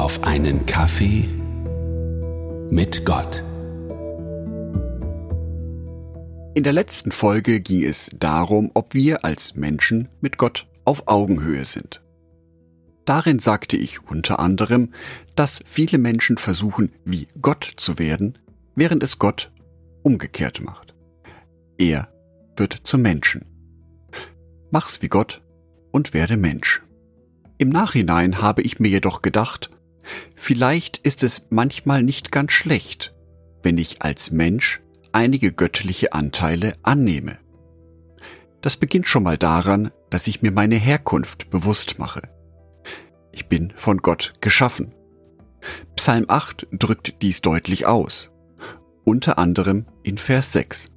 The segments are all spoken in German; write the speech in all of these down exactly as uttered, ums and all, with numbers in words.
Auf einen Kaffee mit Gott. In der letzten Folge ging es darum, ob wir als Menschen mit Gott auf Augenhöhe sind. Darin sagte ich unter anderem, dass viele Menschen versuchen, wie Gott zu werden, während es Gott umgekehrt macht. Er wird zum Menschen. Mach's wie Gott und werde Mensch. Im Nachhinein habe ich mir jedoch gedacht, vielleicht ist es manchmal nicht ganz schlecht, wenn ich als Mensch einige göttliche Anteile annehme. Das beginnt schon mal daran, dass ich mir meine Herkunft bewusst mache. Ich bin von Gott geschaffen. Psalm acht drückt dies deutlich aus, unter anderem in Vers sechs.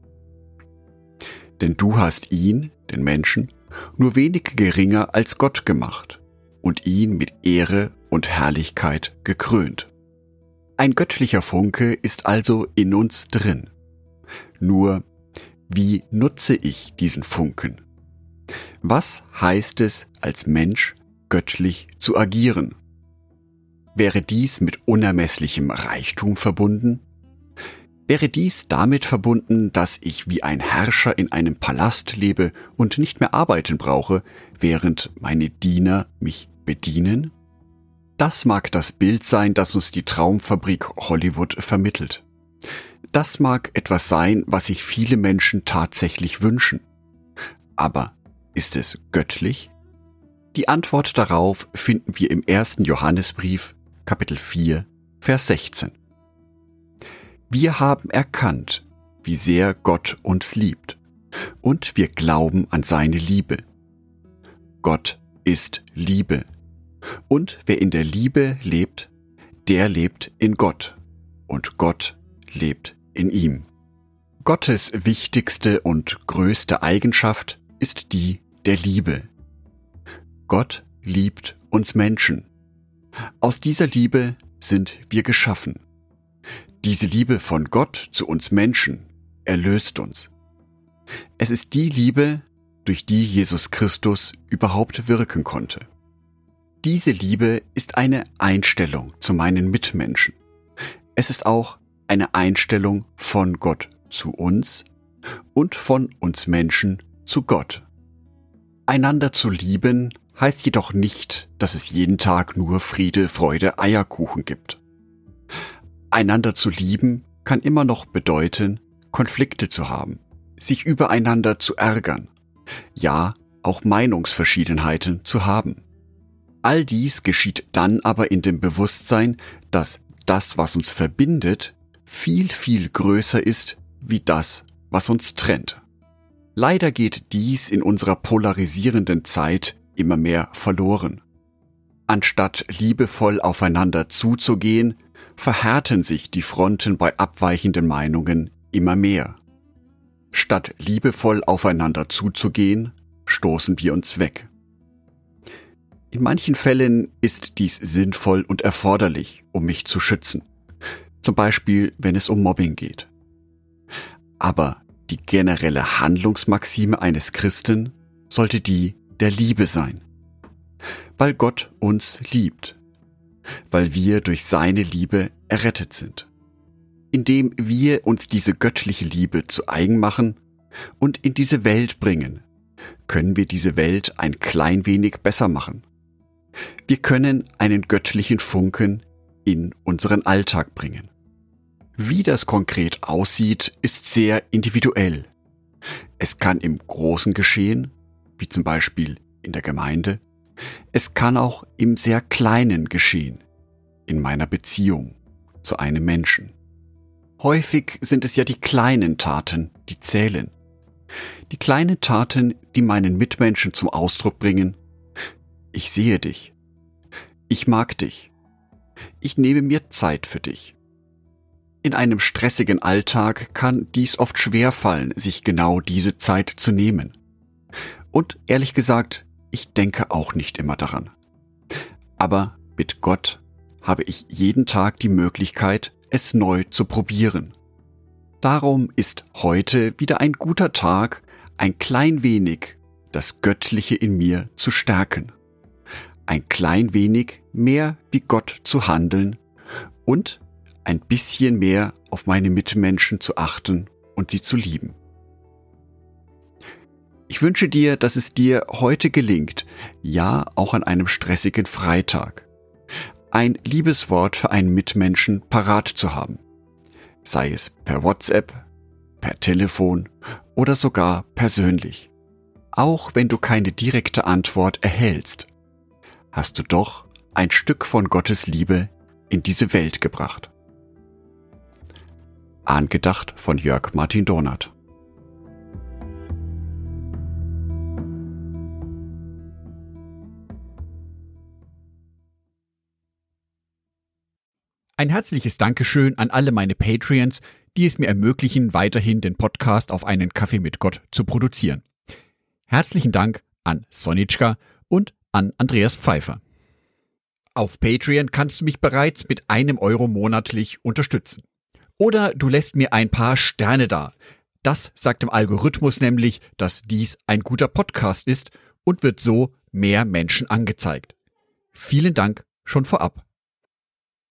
Denn du hast ihn, den Menschen, nur wenig geringer als Gott gemacht und ihn mit Ehre und Herrlichkeit gekrönt. Ein göttlicher Funke ist also in uns drin. Nur, wie nutze ich diesen Funken? Was heißt es, als Mensch göttlich zu agieren? Wäre dies mit unermesslichem Reichtum verbunden? Wäre dies damit verbunden, dass ich wie ein Herrscher in einem Palast lebe und nicht mehr arbeiten brauche, während meine Diener mich bedienen? Das mag das Bild sein, das uns die Traumfabrik Hollywood vermittelt. Das mag etwas sein, was sich viele Menschen tatsächlich wünschen. Aber ist es göttlich? Die Antwort darauf finden wir im ersten Johannesbrief, Kapitel vier, Vers sechzehn. Wir haben erkannt, wie sehr Gott uns liebt, und wir glauben an seine Liebe. Gott ist Liebe, und wer in der Liebe lebt, der lebt in Gott, und Gott lebt in ihm. Gottes wichtigste und größte Eigenschaft ist die der Liebe. Gott liebt uns Menschen. Aus dieser Liebe sind wir geschaffen. Diese Liebe von Gott zu uns Menschen erlöst uns. Es ist die Liebe, durch die Jesus Christus überhaupt wirken konnte. Diese Liebe ist eine Einstellung zu meinen Mitmenschen. Es ist auch eine Einstellung von Gott zu uns und von uns Menschen zu Gott. Einander zu lieben heißt jedoch nicht, dass es jeden Tag nur Friede, Freude, Eierkuchen gibt. Einander zu lieben kann immer noch bedeuten, Konflikte zu haben, sich übereinander zu ärgern, ja, auch Meinungsverschiedenheiten zu haben. All dies geschieht dann aber in dem Bewusstsein, dass das, was uns verbindet, viel, viel größer ist wie das, was uns trennt. Leider geht dies in unserer polarisierenden Zeit immer mehr verloren. Anstatt liebevoll aufeinander zuzugehen, verhärten sich die Fronten bei abweichenden Meinungen immer mehr. Statt liebevoll aufeinander zuzugehen, stoßen wir uns weg. In manchen Fällen ist dies sinnvoll und erforderlich, um mich zu schützen. Zum Beispiel, wenn es um Mobbing geht. Aber die generelle Handlungsmaxime eines Christen sollte die der Liebe sein. Weil Gott uns liebt. Weil wir durch seine Liebe errettet sind. Indem wir uns diese göttliche Liebe zu eigen machen und in diese Welt bringen, können wir diese Welt ein klein wenig besser machen. Wir können einen göttlichen Funken in unseren Alltag bringen. Wie das konkret aussieht, ist sehr individuell. Es kann im Großen geschehen, wie zum Beispiel in der Gemeinde. Es kann auch im sehr Kleinen geschehen, in meiner Beziehung zu einem Menschen. Häufig sind es ja die kleinen Taten, die zählen. Die kleinen Taten, die meinen Mitmenschen zum Ausdruck bringen: Ich sehe dich. Ich mag dich. Ich nehme mir Zeit für dich. In einem stressigen Alltag kann dies oft schwerfallen, sich genau diese Zeit zu nehmen. Und ehrlich gesagt, ich denke auch nicht immer daran. Aber mit Gott habe ich jeden Tag die Möglichkeit, es neu zu probieren. Darum ist heute wieder ein guter Tag, ein klein wenig das Göttliche in mir zu stärken. ein klein wenig mehr wie Gott zu handeln und ein bisschen mehr auf meine Mitmenschen zu achten und sie zu lieben. Ich wünsche dir, dass es dir heute gelingt, ja auch an einem stressigen Freitag, ein Liebeswort für einen Mitmenschen parat zu haben, sei es per WhatsApp, per Telefon oder sogar persönlich. Auch wenn du keine direkte Antwort erhältst, hast du doch ein Stück von Gottes Liebe in diese Welt gebracht. Angedacht von Jörg Martin Donath. Ein herzliches Dankeschön an alle meine Patreons, die es mir ermöglichen, weiterhin den Podcast auf einen Kaffee mit Gott zu produzieren. Herzlichen Dank an Sonitschka und an Andreas Pfeiffer. Auf Patreon kannst du mich bereits mit einem Euro monatlich unterstützen. Oder du lässt mir ein paar Sterne da. Das sagt dem Algorithmus nämlich, dass dies ein guter Podcast ist und wird so mehr Menschen angezeigt. Vielen Dank schon vorab.